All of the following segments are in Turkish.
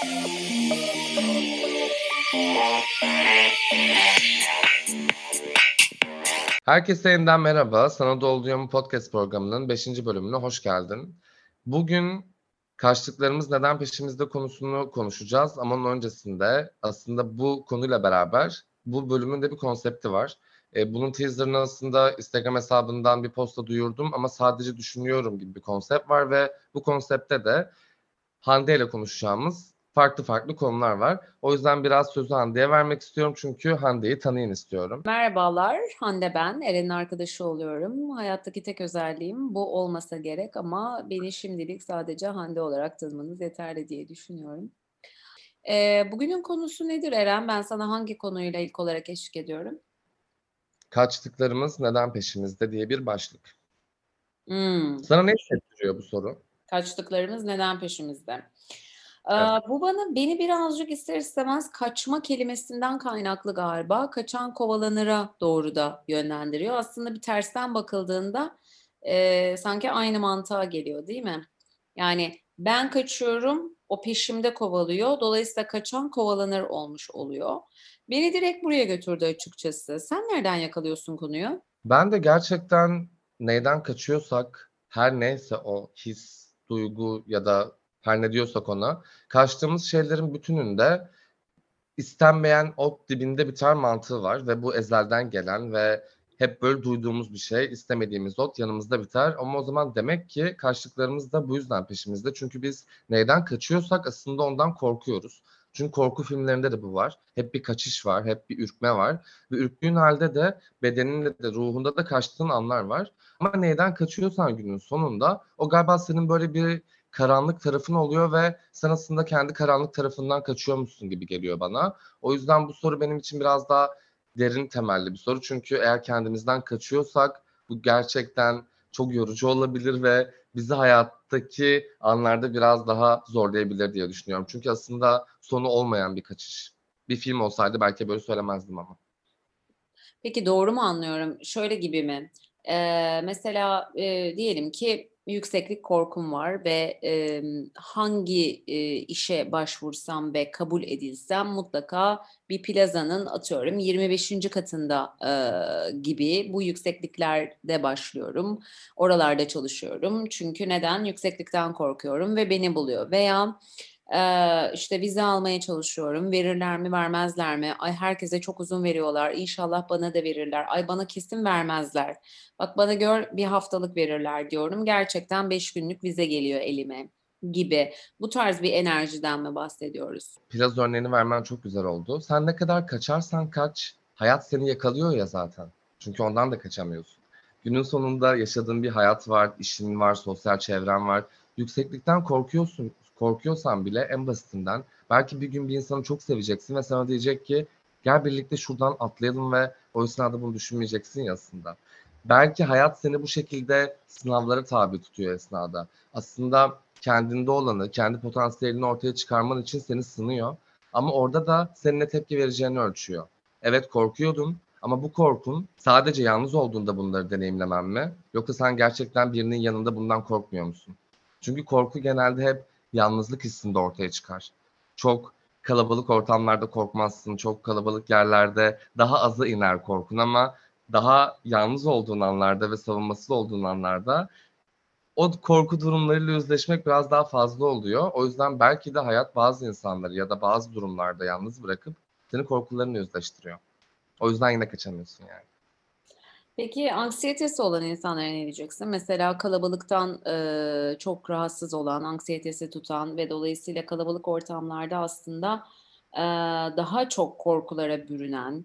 Herkese yeniden merhaba. Sana Dolduruyor podcast programının 5. bölümüne hoş geldin. Bugün kaçtıklarımız neden peşimizde konusunu konuşacağız ama onun öncesinde aslında bu konuyla beraber bu bölümün de bir konsepti var. Bunun teaserını aslında Instagram hesabından bir posta duyurdum ama sadece düşünüyorum gibi bir konsept var ve bu konsepte de Hande ile konuşacağımız farklı konular var. O yüzden biraz sözü Hande'ye vermek istiyorum çünkü Hande'yi tanıyın istiyorum. Merhabalar, Hande ben. Eren'in arkadaşı oluyorum. Hayattaki tek özelliğim bu olmasa gerek ama beni şimdilik sadece Hande olarak tanımanız yeterli diye düşünüyorum. Bugünün konusu nedir Eren? Ben sana hangi konuyla ilk olarak eşlik ediyorum? Kaçtıklarımız neden peşimizde diye bir başlık. Hmm, Sana ne hissettiriyor bu soru? Kaçtıklarımız neden peşimizde? Evet. Bu beni birazcık ister istemez kaçma kelimesinden kaynaklı galiba. Kaçan kovalanıra doğru da yönlendiriyor. Aslında bir tersten bakıldığında sanki aynı mantığa geliyor, değil mi? Yani ben kaçıyorum, o peşimde kovalıyor. Dolayısıyla kaçan kovalanır olmuş oluyor. Beni direkt buraya götürdü açıkçası. Sen nereden yakalıyorsun konuyu? Ben de gerçekten neyden kaçıyorsak her neyse o his, duygu ya da her ne diyorsak ona kaçtığımız şeylerin bütününde istenmeyen ot dibinde biter mantığı var ve bu ezelden gelen ve hep böyle duyduğumuz bir şey. İstemediğimiz ot yanımızda biter ama o zaman demek ki kaçtıklarımız da bu yüzden peşimizde. Çünkü biz neyden kaçıyorsak aslında ondan korkuyoruz. Çünkü korku filmlerinde de bu var. Hep bir kaçış var, hep bir ürkme var. Ve ürktüğün halde de bedeninde de ruhunda da kaçtığın anlar var. Ama neyden kaçıyorsan günün sonunda o galiba senin böyle bir karanlık tarafın oluyor ve sen aslında kendi karanlık tarafından kaçıyormuşsun gibi geliyor bana. O yüzden bu soru benim için biraz daha derin temelli bir soru. Çünkü eğer kendimizden kaçıyorsak bu gerçekten çok yorucu olabilir ve bizi hayattaki anlarda biraz daha zorlayabilir diye düşünüyorum. Çünkü aslında sonu olmayan bir kaçış. Bir film olsaydı belki böyle söylemezdim ama. Peki doğru mu anlıyorum? Şöyle gibi mi? Mesela diyelim ki yükseklik korkum var ve hangi işe başvursam ve kabul edilsem mutlaka bir plazanın atıyorum 25. katında gibi bu yüksekliklerde başlıyorum. Oralarda çalışıyorum. Çünkü neden? Yükseklikten korkuyorum ve beni buluyor. Veya işte vize almaya çalışıyorum. Verirler mi, vermezler mi? Ay herkese çok uzun veriyorlar. İnşallah bana da verirler. Ay bana kesin vermezler. Bak bana gör bir haftalık verirler diyorum. Gerçekten 5 günlük vize geliyor elime gibi. Bu tarz bir enerjiden mi bahsediyoruz? Plaz örneğini vermen çok güzel oldu. Sen ne kadar kaçarsan kaç, hayat seni yakalıyor ya zaten. Çünkü ondan da kaçamıyorsun. Günün sonunda yaşadığın bir hayat var, işin var, sosyal çevren var. Yükseklikten korkuyorsan bile en basitinden belki bir gün bir insanı çok seveceksin ve sana diyecek ki gel birlikte şuradan atlayalım ve o esnada bunu düşünmeyeceksin ya aslında. Belki hayat seni bu şekilde sınavlara tabi tutuyor esnada. Aslında kendinde olanı, kendi potansiyelini ortaya çıkarman için seni sınıyor. Ama orada da senin ne tepki vereceğini ölçüyor. Evet korkuyordun ama bu korkun sadece yalnız olduğunda bunları deneyimlemen mi? Yoksa sen gerçekten birinin yanında bundan korkmuyor musun? Çünkü korku genelde hep yalnızlık hissinde ortaya çıkar. Çok kalabalık ortamlarda korkmazsın, çok kalabalık yerlerde daha aza iner korkun ama daha yalnız olduğun anlarda ve savunmasız olduğun anlarda o korku durumlarıyla yüzleşmek biraz daha fazla oluyor. O yüzden belki de hayat bazı insanları ya da bazı durumlarda yalnız bırakıp seni korkularınla yüzleştiriyor. O yüzden yine kaçamıyorsun yani. Peki anksiyetesi olan insanlara ne diyeceksin? Mesela kalabalıktan çok rahatsız olan, anksiyetesi tutan ve dolayısıyla kalabalık ortamlarda aslında daha çok korkulara bürünen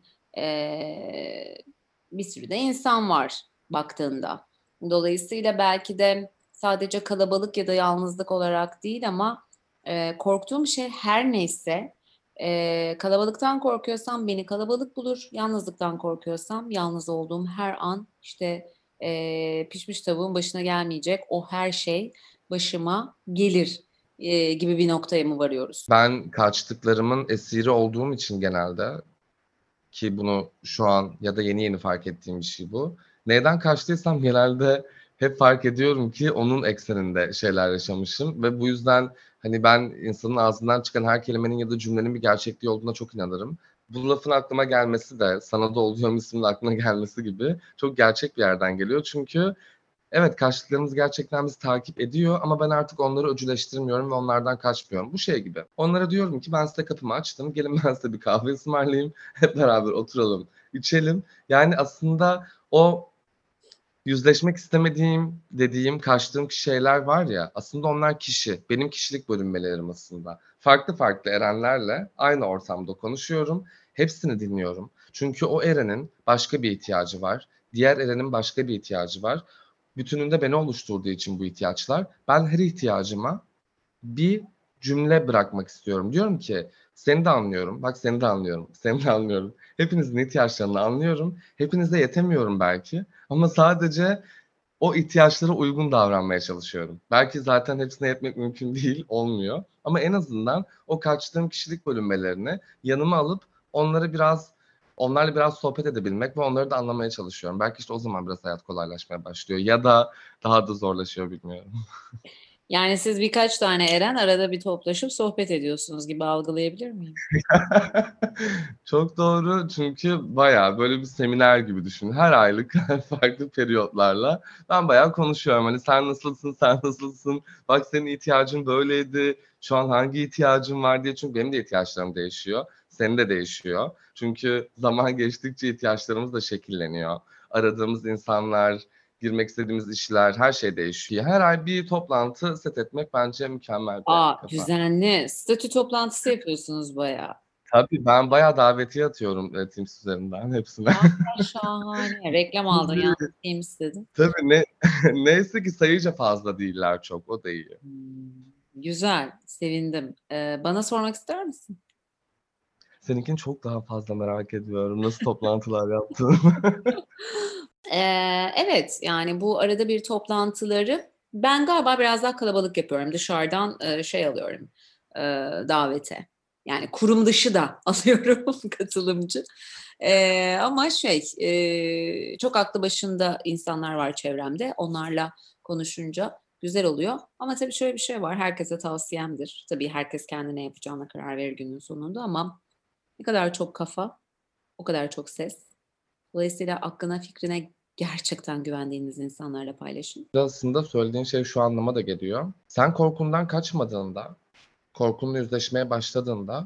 eee, bir sürü de insan var baktığında. Dolayısıyla belki de sadece kalabalık ya da yalnızlık olarak değil ama korktuğum şey her neyse kalabalıktan korkuyorsam beni kalabalık bulur, yalnızlıktan korkuyorsam yalnız olduğum her an işte pişmiş tavuğun başına gelmeyecek o her şey başıma gelir gibi bir noktaya mı varıyoruz? Ben kaçtıklarımın esiri olduğum için genelde ki bunu şu an ya da yeni fark ettiğim bir şey bu. Neyden kaçtıysam genelde hep fark ediyorum ki onun ekseninde şeyler yaşamışım ve bu yüzden Hani ben insanın ağzından çıkan her kelimenin ya da cümlenin bir gerçekliği olduğuna çok inanırım. Bu lafın aklıma gelmesi de sana da oluyormuşsun aklına gelmesi gibi çok gerçek bir yerden geliyor. Çünkü evet, karşılıklarımız gerçekten bizi takip ediyor ama ben artık onları öcüleştirmiyorum ve onlardan kaçmıyorum. Bu şey gibi. Onlara diyorum ki ben size kapımı açtım. Gelin ben size bir kahve ısmarlayayım. Hep beraber oturalım, içelim. Yani aslında o yüzleşmek istemediğim, dediğim, kaçtığım şeyler var ya, aslında onlar kişi. Benim kişilik bölünmelerim aslında. Farklı farklı erenlerle aynı ortamda konuşuyorum. Hepsini dinliyorum. Çünkü o erenin başka bir ihtiyacı var. Diğer erenin başka bir ihtiyacı var. Bütününde beni oluşturduğu için bu ihtiyaçlar, ben her ihtiyacıma bir cümle bırakmak istiyorum. Diyorum ki seni de anlıyorum, bak seni de anlıyorum, seni de anlıyorum. Hepinizin ihtiyaçlarını anlıyorum. Hepinize yetemiyorum belki ama sadece o ihtiyaçlara uygun davranmaya çalışıyorum. Belki zaten hepsine yetmek mümkün değil, olmuyor ama en azından o kaçtığım kişilik bölünmelerini yanıma alıp onları biraz onlarla biraz sohbet edebilmek ve onları da anlamaya çalışıyorum. Belki işte o zaman biraz hayat kolaylaşmaya başlıyor ya da daha da zorlaşıyor bilmiyorum. Yani siz birkaç tane eren arada bir toplaşıp sohbet ediyorsunuz gibi algılayabilir miyim? Çok doğru çünkü bayağı böyle bir seminer gibi düşün. Her aylık farklı periyotlarla ben bayağı konuşuyorum. Hani sen nasılsın, sen nasılsın? Bak senin ihtiyacın böyleydi. Şu an hangi ihtiyacın var diye. Çünkü benim de ihtiyaçlarım değişiyor. Senin de değişiyor. Çünkü zaman geçtikçe ihtiyaçlarımız da şekilleniyor. Aradığımız insanlar, girmek istediğimiz işler, her şey değişiyor. Her ay bir toplantı set etmek bence mükemmel bir A! kafa. Düzenli. Statü toplantısı yapıyorsunuz bayağı. Tabii, ben bayağı davetiye atıyorum, Teams üzerinden hepsine. A! Şahane. Reklam aldın Bizi yalnız Teams dedin. tabii neyse ki sayıca fazla değiller çok, o da iyi. Güzel, sevindim. Bana sormak ister misin? Seninkini çok daha fazla merak ediyorum. Nasıl toplantılar yaptığını. Evet, yani bu arada bir toplantıları ben galiba biraz daha kalabalık yapıyorum. Dışarıdan, şey alıyorum, davete. Yani kurum dışı da alıyorum katılımcı. Ama şey, çok aklı başında insanlar var çevremde. Onlarla konuşunca güzel oluyor. Ama tabii şöyle bir şey var, herkese tavsiyemdir. Tabii herkes kendine yapacağına karar verir günün sonunda ama ne kadar çok kafa, o kadar çok ses. Dolayısıyla aklına, fikrine gerçekten güvendiğiniz insanlarla paylaşın. Aslında söylediğin şey şu anlama da geliyor. Sen korkundan kaçmadığında, korkunla yüzleşmeye başladığında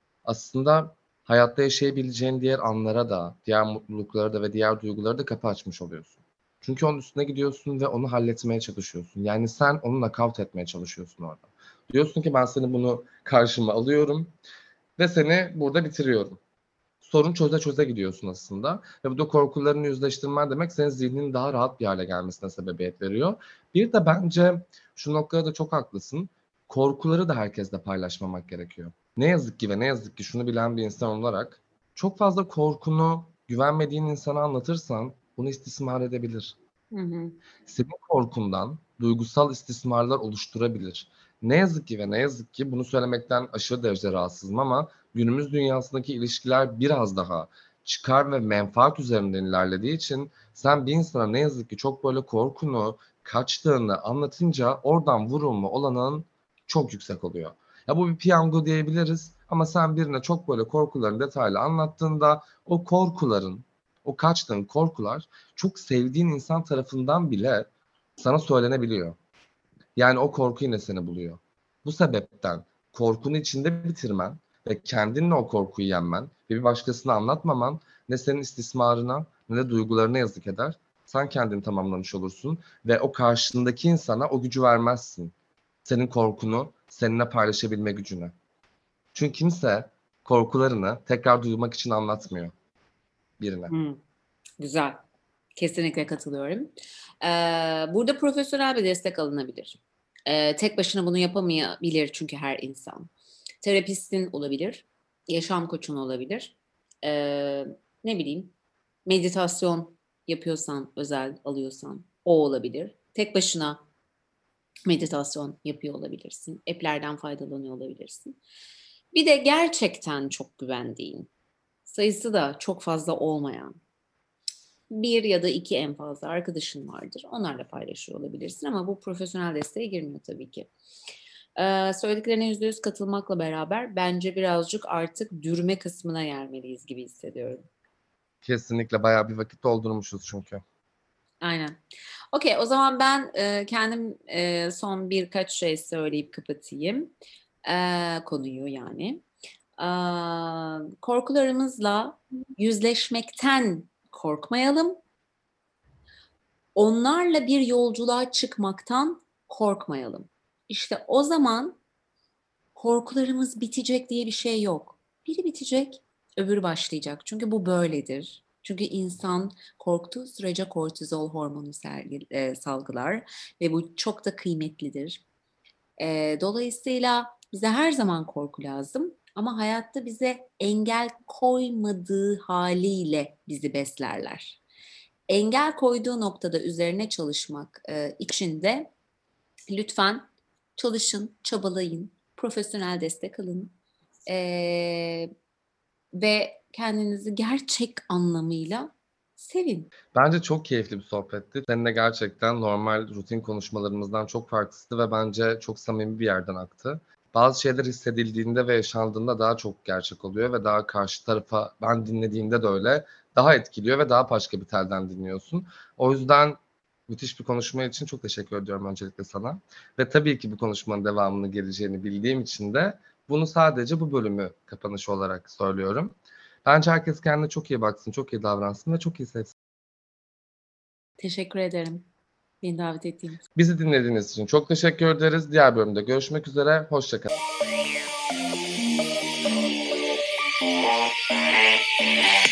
aslında hayatta yaşayabileceğin diğer anlara da, diğer mutluluklara da ve diğer duygulara da kapı açmış oluyorsun. Çünkü onun üstüne gidiyorsun ve onu halletmeye çalışıyorsun. Yani sen onu nakavt etmeye çalışıyorsun orada. Diyorsun ki ben seni bunu karşıma alıyorum ve seni burada bitiriyorum. Sorun çöze çöze gidiyorsun aslında ve bu da korkularını yüzleştirmen demek senin zihninin daha rahat bir hale gelmesine sebebiyet veriyor. Bir de bence şu noktada da çok haklısın. Korkuları da herkesle paylaşmamak gerekiyor. Ne yazık ki ve ne yazık ki şunu bilen bir insan olarak çok fazla korkunu güvenmediğin insana anlatırsan bunu istismar edebilir. Hı hı. Senin korkundan duygusal istismarlar oluşturabilir. Ne yazık ki ve ne yazık ki bunu söylemekten aşırı derecede rahatsızım ama günümüz dünyasındaki ilişkiler biraz daha çıkar ve menfaat üzerinden ilerlediği için sen bir insana ne yazık ki çok böyle korkunu, kaçtığını anlatınca oradan vurulma olanağın çok yüksek oluyor. Ya bu bir piyango diyebiliriz ama sen birine çok böyle korkularını detaylı anlattığında o korkuların, o kaçtığın korkular çok sevdiğin insan tarafından bile sana söylenebiliyor. Yani o korku yine seni buluyor. Bu sebepten korkunu içinde bitirmen ve kendinle o korkuyu yenmen ve bir başkasına anlatmaman ne senin istismarına ne de duygularına yazık eder. Sen kendini tamamlamış olursun ve o karşındaki insana o gücü vermezsin. Senin korkunu seninle paylaşabilme gücüne. Çünkü kimse korkularını tekrar duymak için anlatmıyor birine. Hıı. Güzel. Kesinlikle katılıyorum. Burada profesyonel bir destek alınabilir. Tek başına bunu yapamayabilir çünkü her insan. Terapistin olabilir, yaşam koçun olabilir. Eee, ne bileyim, meditasyon yapıyorsan, özel alıyorsan o olabilir. Tek başına meditasyon yapıyor olabilirsin. App'lerden faydalanıyor olabilirsin. Bir de gerçekten çok güvendiğin, sayısı da çok fazla olmayan, bir ya da 2 en fazla arkadaşın vardır. Onlarla paylaşıyor olabilirsin ama bu profesyonel desteğe girmiyor tabii ki. Söylediklerine %100 katılmakla beraber bence birazcık artık dürme kısmına gelmeliyiz gibi hissediyorum. Kesinlikle bayağı bir vakit doldurmuşuz çünkü. Aynen. Okay, o zaman ben, kendim, son birkaç şey söyleyip kapatayım, konuyu yani. Korkularımızla yüzleşmekten korkmayalım. Onlarla bir yolculuğa çıkmaktan korkmayalım. İşte o zaman korkularımız bitecek diye bir şey yok. Biri bitecek, öbürü başlayacak. Çünkü bu böyledir. Çünkü insan korktuğu sürece kortizol hormonu salgılar ve bu çok da kıymetlidir. Dolayısıyla bize her zaman korku lazım ama hayatta bize engel koymadığı haliyle bizi beslerler. Engel koyduğu noktada üzerine çalışmak için de lütfen çalışın, çabalayın, profesyonel destek alın ve kendinizi gerçek anlamıyla sevin. Bence çok keyifli bir sohbetti. Seninle gerçekten normal rutin konuşmalarımızdan çok farklıydı ve bence çok samimi bir yerden aktı. Bazı şeyler hissedildiğinde ve yaşandığında daha çok gerçek oluyor ve daha karşı tarafa ben dinlediğimde de öyle daha etkiliyor ve daha başka bir telden dinliyorsun. O yüzden müthiş bir konuşma için çok teşekkür ediyorum öncelikle sana. Ve tabii ki bu konuşmanın devamını geleceğini bildiğim için de bunu sadece bu bölümü kapanış olarak söylüyorum. Bence herkes kendine çok iyi baksın, çok iyi davransın ve çok iyi sevsin. Teşekkür ederim beni davet ettiğin için. Bizi dinlediğiniz için çok teşekkür ederiz. Diğer bölümde görüşmek üzere. Hoşça kalın.